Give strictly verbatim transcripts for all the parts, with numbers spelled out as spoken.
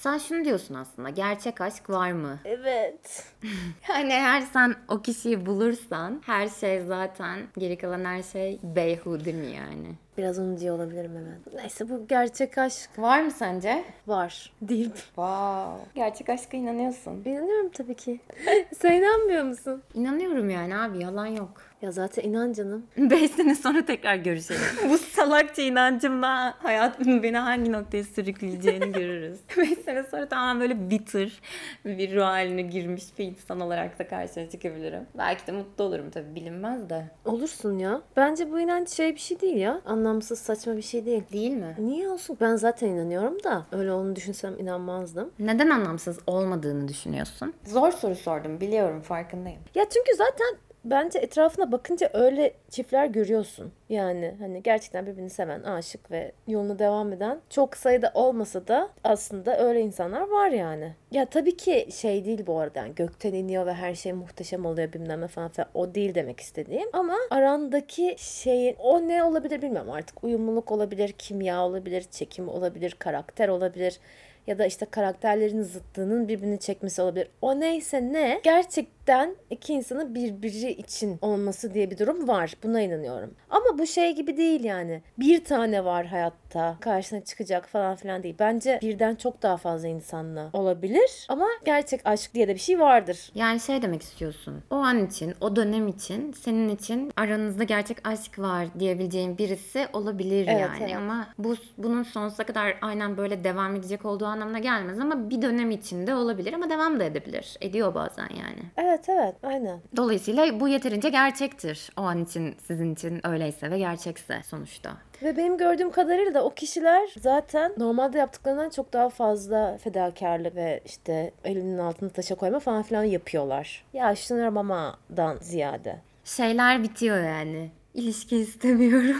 Sen şunu diyorsun aslında, gerçek aşk var mı? Evet. Yani eğer sen o kişiyi bulursan her şey zaten, geri kalan her şey beyhude mi yani? Biraz onu diyor olabilirim evet. Neyse bu gerçek aşk Var mı sence? var deyip. Wow. Gerçek aşka inanıyorsun. İnanıyorum tabii ki. Sen inanmıyor musun? İnanıyorum yani abi, yalan yok. Ya zaten inan canım. Beş sene sonra tekrar görüşelim. Bu salakça inancımla hayatımın beni hangi noktaya sürükleyeceğini görürüz. Beş sene sonra tamamen böyle bitter bir ruh haline girmiş bir insan olarak da karşına çıkabilirim. Belki de mutlu olurum tabii, bilinmez de. Olursun ya. Bence bu inanç şey bir şey değil ya. Anlamsız saçma bir şey değil. Değil mi? Niye olsun? Ben zaten inanıyorum da öyle olduğunu düşünsem inanmazdım. Neden anlamsız olmadığını düşünüyorsun? Zor soru sordum, biliyorum, farkındayım. Ya çünkü zaten bence etrafına bakınca öyle çiftler görüyorsun. Yani hani gerçekten birbirini seven, aşık ve yoluna devam eden çok sayıda olmasa da aslında öyle insanlar var yani. Ya tabii ki şey değil bu arada, yani gökten iniyor ve her şey muhteşem oluyor bilmem ne falan filan, o değil demek istediğim. Ama arandaki şeyin, o ne olabilir bilmiyorum artık, uyumluluk olabilir, kimya olabilir, çekim olabilir, karakter olabilir. Ya da işte karakterlerin zıttının birbirini çekmesi olabilir. O neyse ne, gerçekten iki insanın birbiri için olması diye bir durum var. Buna inanıyorum. Ama bu şey gibi değil yani. Bir tane var hayatta, karşına çıkacak falan filan değil. Bence birden çok daha fazla insanla olabilir. Ama gerçek aşk diye de bir şey vardır. Yani şey demek istiyorsun. O an için, o dönem için, senin için aranızda gerçek aşk var diyebileceğin birisi olabilir Evet, yani. evet. Ama bu bunun sonsuza kadar aynen böyle devam edecek olduğu anlamına gelmez ama bir dönem içinde olabilir ama devam da edebilir. Ediyor bazen yani. Evet evet aynen. Dolayısıyla bu yeterince gerçektir. O an için, sizin için öyleyse ve gerçekse sonuçta. Ve benim gördüğüm kadarıyla da o kişiler zaten normalde yaptıklarından çok daha fazla fedakarlık ve işte elinin altını taşa koyma falan filan yapıyorlar. Ya şunlar amadan ziyade. Şeyler bitiyor yani. İlişki istemiyorum.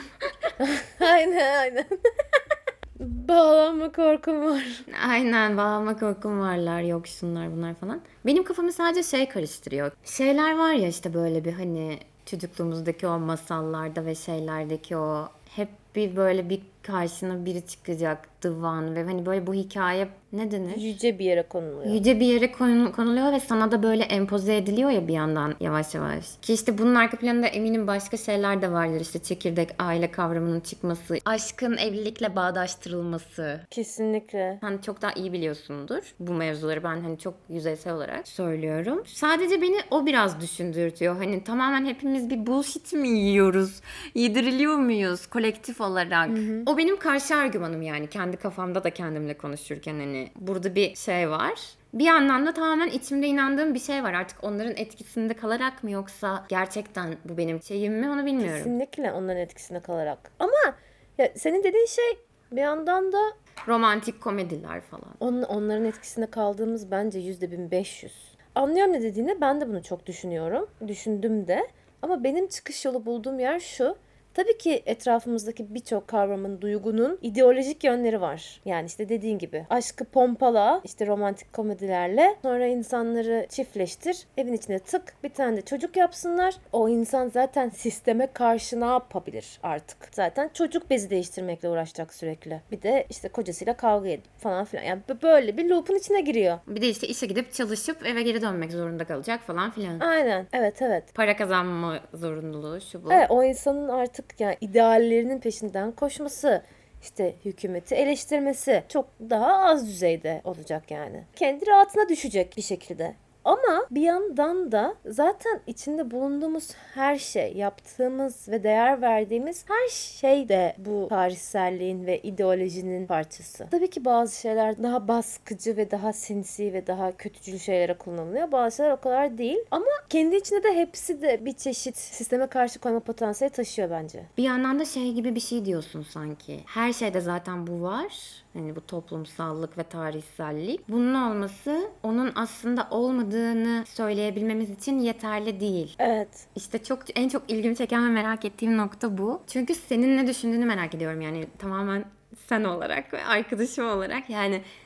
Aynen aynen. Bağlanma korkum var. Aynen, bağlama korkum varlar, yok şunlar bunlar falan. Benim kafamı sadece şey karıştırıyor. Şeyler var ya işte, böyle bir hani çocukluğumuzdaki o masallarda ve şeylerdeki o hep bir böyle bir karşına biri çıkacak, divan ve hani böyle bu hikaye ne denir? Yüce bir yere konuluyor. Yüce bir yere konu- konuluyor ve sana da böyle empoze ediliyor ya bir yandan yavaş yavaş. Ki işte bunun arka planında eminim başka şeyler de vardır. İşte çekirdek aile kavramının çıkması, aşkın evlilikle bağdaştırılması. Kesinlikle. Sen çok daha iyi biliyorsundur bu mevzuları, ben hani çok yüzeysel olarak söylüyorum. Sadece beni o biraz düşündürtüyor. Hani tamamen hepimiz bir bullshit mi yiyoruz? Yediriliyor muyuz kolektif olarak? O benim karşı argümanım yani, kendi kafamda da kendimle konuşurken hani burada bir şey var. Bir yandan da tamamen içimde inandığım bir şey var. Artık onların etkisinde kalarak mı yoksa gerçekten bu benim şeyim mi, onu bilmiyorum. Kesinlikle onların etkisinde kalarak. Ama ya senin dediğin şey bir yandan da Romantik komediler falan. on, onların etkisinde kaldığımız bence yüzde bin beş yüz. Anlıyorum ne dediğini. Ben de bunu çok düşünüyorum. Düşündüm de. Ama benim çıkış yolu bulduğum yer şu. Tabii ki etrafımızdaki birçok kavramın, duygunun ideolojik yönleri var. Yani işte dediğin gibi aşkı pompala, işte romantik komedilerle, sonra insanları çiftleştir, evin içine tık, bir tane de çocuk yapsınlar. O insan zaten sisteme karşı ne yapabilir artık? Zaten çocuk bezi değiştirmekle uğraşacak sürekli. Bir de işte kocasıyla kavga edip falan filan. Yani böyle bir loop'un içine giriyor. Bir de işte işe gidip çalışıp eve geri dönmek zorunda kalacak falan filan. Aynen. Evet evet. Para kazanma zorunluluğu, şu bu. Evet, o insanın artık yani ideallerinin peşinden koşması, işte hükümeti eleştirmesi çok daha az düzeyde olacak yani. Kendi rahatına düşecek bir şekilde. Ama bir yandan da zaten içinde bulunduğumuz her şey, yaptığımız ve değer verdiğimiz her şey de bu tarihselliğin ve ideolojinin parçası. Tabii ki bazı şeyler daha baskıcı ve daha sinsi ve daha kötücül şeylere kullanılıyor. Bazı şeyler o kadar değil. Ama kendi içinde de hepsi de bir çeşit sisteme karşı koyma potansiyeli taşıyor bence. Bir yandan da şey gibi bir şey diyorsun sanki. Her şeyde zaten bu var. Hani bu toplumsallık ve tarihsellik. Bunun olması onun aslında olmadığını söyleyebilmemiz için yeterli değil. Evet. İşte çok en çok ilgimi çeken ve merak ettiğim nokta bu. Çünkü senin ne düşündüğünü merak ediyorum yani, tamamen sen olarak ve arkadaşım olarak. Yani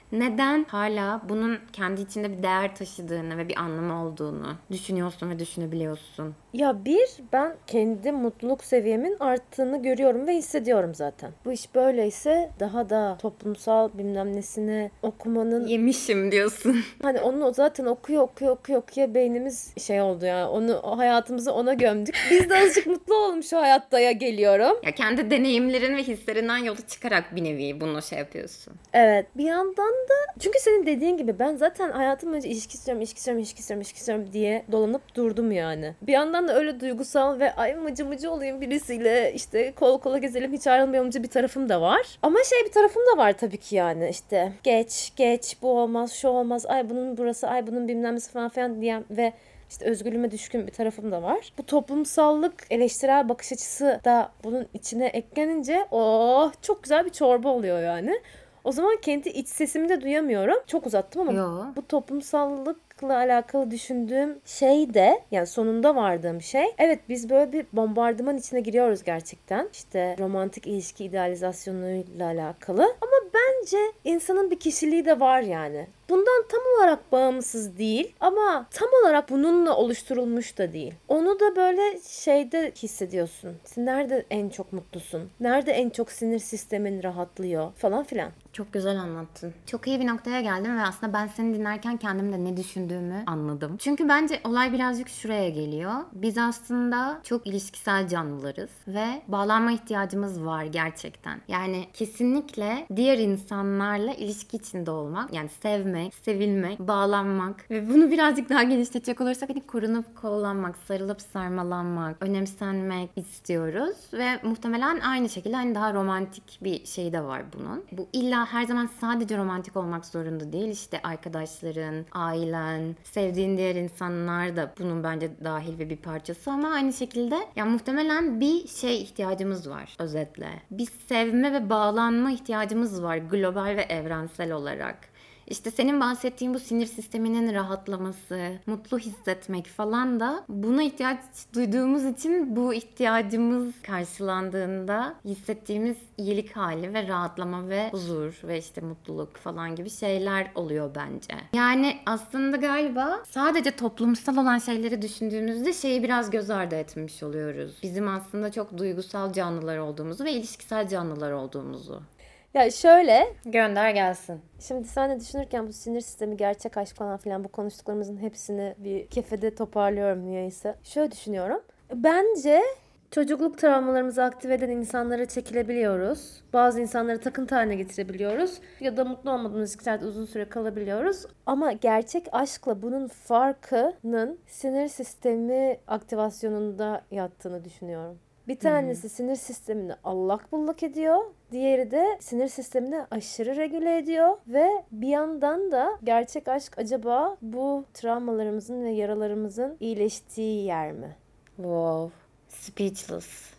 neden hala bunun kendi içinde bir değer taşıdığını ve bir anlamı olduğunu düşünüyorsun ve düşünebiliyorsun? Ya bir, ben kendi mutluluk seviyemin arttığını görüyorum ve hissediyorum zaten. Bu iş böyleyse daha da toplumsal bilmem nesine okumanın, Yemişim diyorsun. hani onu zaten okuyor okuyor okuyor okuyor beynimiz şey oldu ya, onu o hayatımızı ona gömdük. Biz de azıcık mutlu olalım şu hayattaya geliyorum. Ya kendi deneyimlerin ve hislerinden yola çıkarak bir nevi bunu şey yapıyorsun. Evet. Bir yandan da çünkü senin dediğin gibi ben zaten hayatım boyunca ilişki istiyorum, ilişki istiyorum, ilişki istiyorum, ilişki istiyorum diye dolanıp durdum yani. Bir yandan da öyle duygusal ve ay mıcı mıcı olayım birisiyle işte kol kola gezelim hiç ayrılmayalımcı bir tarafım da var. Ama şey bir tarafım da var tabii ki yani işte geç geç bu olmaz şu olmaz ay bunun burası ay bunun bilmem nesi falan filan diyen ve işte özgürlüğüme düşkün bir tarafım da var. Bu toplumsallık, eleştirel bakış açısı da bunun içine eklenince oh çok güzel bir çorba oluyor yani. O zaman kendi iç sesimi de duyamıyorum. Çok uzattım ama Yo. bu toplumsallıkla alakalı düşündüğüm şey de yani sonunda vardığım şey. Evet biz böyle bir bombardıman içine giriyoruz gerçekten. İşte romantik ilişki idealizasyonuyla alakalı. Ama bence insanın bir kişiliği de var yani. Bundan tam olarak bağımsız değil ama tam olarak bununla oluşturulmuş da değil. Onu da böyle şeyde hissediyorsun. Sen nerede en çok mutlusun? Nerede en çok sinir sistemin rahatlıyor falan filan. Çok güzel anlattın. Çok iyi bir noktaya geldim ve aslında ben seni dinlerken kendimde ne düşündüğümü anladım. Çünkü bence olay birazcık şuraya geliyor. Biz aslında çok ilişkisel canlılarız ve bağlanma ihtiyacımız var gerçekten. Yani kesinlikle diğer insanlarla ilişki içinde olmak, yani sevmek, sevilmek, bağlanmak ve bunu birazcık daha genişletecek olursak hani korunup kollanmak, sarılıp sarmalanmak, önemsenmek istiyoruz ve muhtemelen aynı şekilde hani daha romantik bir şey de var bunun. Bu illa her zaman sadece romantik olmak zorunda değil. İşte arkadaşların, ailen, sevdiğin diğer insanlar da bunun bence dahil ve bir parçası ama aynı şekilde yani muhtemelen bir şey ihtiyacımız var özetle. Bir sevme ve bağlanma ihtiyacımız var global ve evrensel olarak. İşte senin bahsettiğin bu sinir sisteminin rahatlaması, mutlu hissetmek falan da buna ihtiyaç duyduğumuz için bu ihtiyacımız karşılandığında hissettiğimiz iyilik hali ve rahatlama ve huzur ve işte mutluluk falan gibi şeyler oluyor bence. Yani aslında galiba sadece toplumsal olan şeyleri düşündüğümüzde şeyi biraz göz ardı etmiş oluyoruz. Bizim aslında çok duygusal canlılar olduğumuzu ve ilişkisel canlılar olduğumuzu. Ya şöyle, Gönder gelsin. şimdi sen de düşünürken bu sinir sistemi, gerçek aşk falan filan bu konuştuklarımızın hepsini bir kefede toparlıyorum niyeyse. Şöyle düşünüyorum. Bence çocukluk travmalarımızı aktive eden insanlara çekilebiliyoruz. Bazı insanları takıntı haline getirebiliyoruz. Ya da mutlu olmadığımız ilişkilerde uzun süre kalabiliyoruz. Ama gerçek aşkla bunun farkının sinir sistemi aktivasyonunda yattığını düşünüyorum. Bir tanesi sinir sistemini allak bullak ediyor. Diğeri de sinir sistemini aşırı regüle ediyor. Ve bir yandan da gerçek aşk acaba bu travmalarımızın ve yaralarımızın iyileştiği yer mi? Wow. Speechless.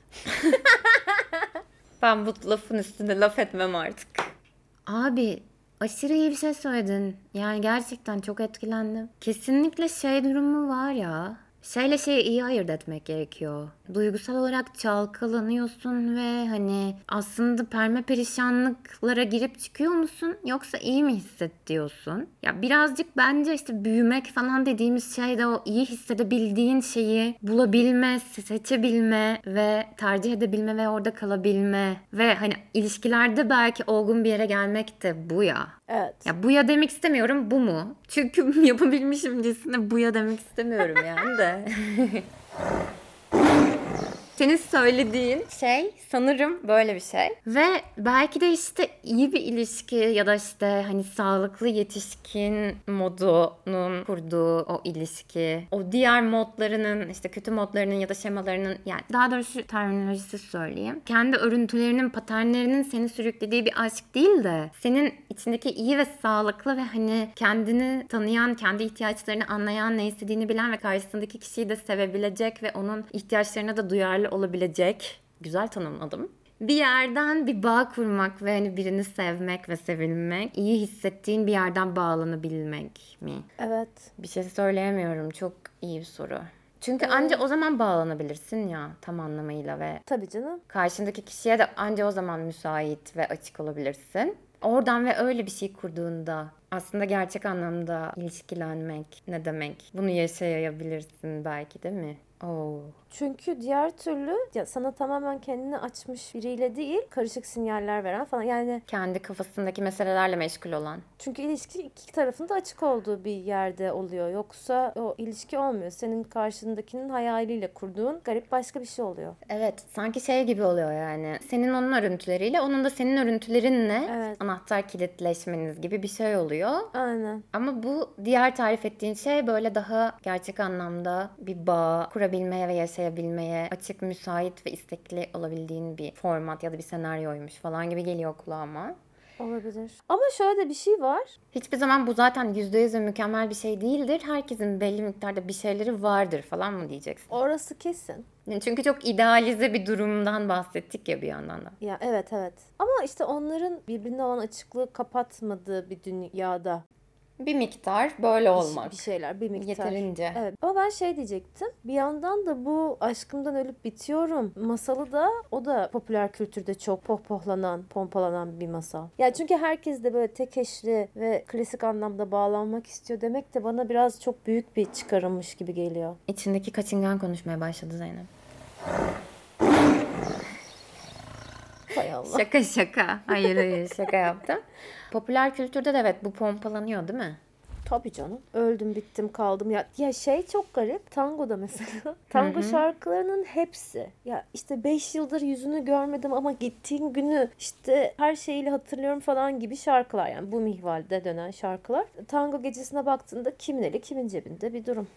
Ben bu lafın üstünde laf etmem artık. Abi aşırı iyi bir şey söyledin. Yani gerçekten çok etkilendim. Kesinlikle şey durumu var ya. Şeyle şeyi iyi ayırt etmek gerekiyor. Duygusal olarak çalkalanıyorsun ve hani aslında perme perişanlıklara girip çıkıyor musun? Yoksa iyi mi hissediyorsun? Ya birazcık bence işte büyümek falan dediğimiz şey de o iyi hissedebildiğin şeyi bulabilme, seçebilme ve tercih edebilme ve orada kalabilme. Ve hani ilişkilerde belki olgun bir yere gelmek de bu ya. Evet. Ya bu ya demek istemiyorum, bu mu? Çünkü yapabilmişimcesine bu ya demek istemiyorum yani de. Senin söylediğin şey sanırım böyle bir şey. Ve belki de işte iyi bir ilişki ya da işte hani sağlıklı yetişkin modunun kurduğu o ilişki, o diğer modlarının işte kötü modlarının ya da şemalarının, yani daha doğrusu şu terminolojisi söyleyeyim. Kendi örüntülerinin, paternlerinin seni sürüklediği bir aşk değil de senin içindeki iyi ve sağlıklı ve hani kendini tanıyan, kendi ihtiyaçlarını anlayan, ne istediğini bilen ve karşısındaki kişiyi de sevebilecek ve onun ihtiyaçlarına da duyarlı olabilecek, güzel tanımladım, bir yerden bir bağ kurmak ve hani birini sevmek ve sevilmek, iyi hissettiğin bir yerden bağlanabilmek mi? Evet. Bir şey söyleyemiyorum. Çok iyi bir soru. Çünkü anca o zaman bağlanabilirsin ya tam anlamıyla ve Tabii canım. karşındaki kişiye de anca o zaman müsait ve açık olabilirsin. Oradan ve öyle bir şey kurduğunda aslında gerçek anlamda ilişkilenmek ne demek? Bunu yaşayabilirsin belki, değil mi? Oo. Çünkü diğer türlü ya sana tamamen kendini açmış biriyle değil, karışık sinyaller veren falan. Yani Kendi kafasındaki meselelerle meşgul olan. çünkü ilişki iki tarafın da açık olduğu bir yerde oluyor. Yoksa o ilişki olmuyor. Senin karşındakinin hayaliyle kurduğun garip başka bir şey oluyor. Evet, sanki şey gibi oluyor yani. Senin onun örüntüleriyle, onun da senin örüntülerinle Evet. anahtar kilitleşmeniz gibi bir şey oluyor. Aynen. Ama bu diğer tarif ettiğin şey böyle daha gerçek anlamda bir bağ kurabilmeye ve yaşayabilmeye açık, müsait ve istekli olabildiğin bir format ya da bir senaryoymuş falan gibi geliyor kulağıma. Olabilir. Ama şöyle de bir şey var. Hiçbir zaman bu zaten yüzde yüz ve mükemmel bir şey değildir. Herkesin belli miktarda bir şeyleri vardır falan mı diyeceksin? Orası kesin. Yani çünkü çok idealize bir durumdan bahsettik ya bir yandan da. Ya evet evet. Ama işte onların birbirine olan açıklığı kapatmadığı bir dünyada Bir miktar böyle bir, olmak. bir şeyler, bir miktar. Yeterince. Evet. Ama ben şey diyecektim. Bir yandan da bu aşkımdan ölüp bitiyorum masalı da o da popüler kültürde çok pohpohlanan, pompalanan bir masal. Ya çünkü herkes de böyle tek eşli ve klasik anlamda bağlanmak istiyor demek de bana biraz çok büyük bir çıkarımmış gibi geliyor. İçindeki kaçıngan konuşmaya başladı Zeynep. Hay Allah. Şaka şaka. Hayır hayır şaka yaptım. Popüler kültürde de evet bu pompalanıyor değil mi? Tabii canım. Öldüm bittim kaldım. Ya, ya şey çok garip. Tango'da mesela. Tango şarkılarının hepsi. Ya işte beş yıldır yüzünü görmedim ama gittiğin günü işte her şeyiyle hatırlıyorum falan gibi şarkılar. Yani bu mihvalde dönen şarkılar. Tango gecesine baktığında kimin eli kimin cebinde bir durum.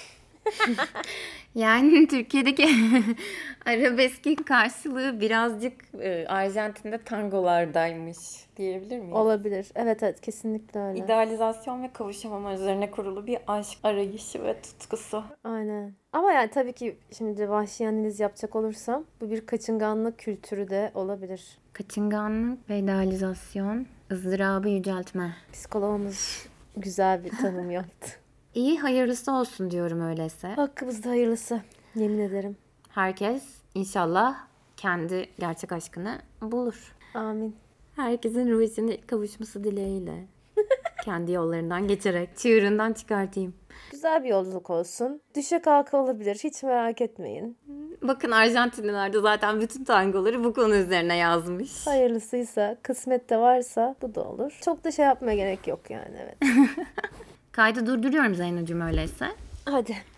Yani Türkiye'deki arabeskin karşılığı birazcık e, Arjantin'de tangolardaymış diyebilir miyiz? Olabilir. Evet evet kesinlikle öyle. İdealizasyon ve kavuşamama üzerine kurulu bir aşk arayışı ve tutkusu. Aynen. Ama yani tabii ki şimdi vahşi analiz yapacak olursam bu bir kaçınganlık kültürü de olabilir. Kaçınganlık ve idealizasyon, ızdırabı yüceltme. Psikologumuz güzel bir tanım yaptı. İyi hayırlısı olsun diyorum öyleyse. Hakkımızda hayırlısı. Yemin ederim. Herkes inşallah kendi gerçek aşkını bulur. Amin. Herkesin ruhisine kavuşması dileğiyle. Kendi yollarından geçerek çığırından çıkartayım. Güzel bir yolculuk olsun. Düşe kalka olabilir. Hiç merak etmeyin. Bakın Arjantinliler de zaten bütün tangoları bu konu üzerine yazmış. Hayırlısıysa, kısmette varsa bu da olur. Çok da şey yapmaya gerek yok yani evet. Kaydı durduruyorum Zeynocuğum öyleyse. Hadi.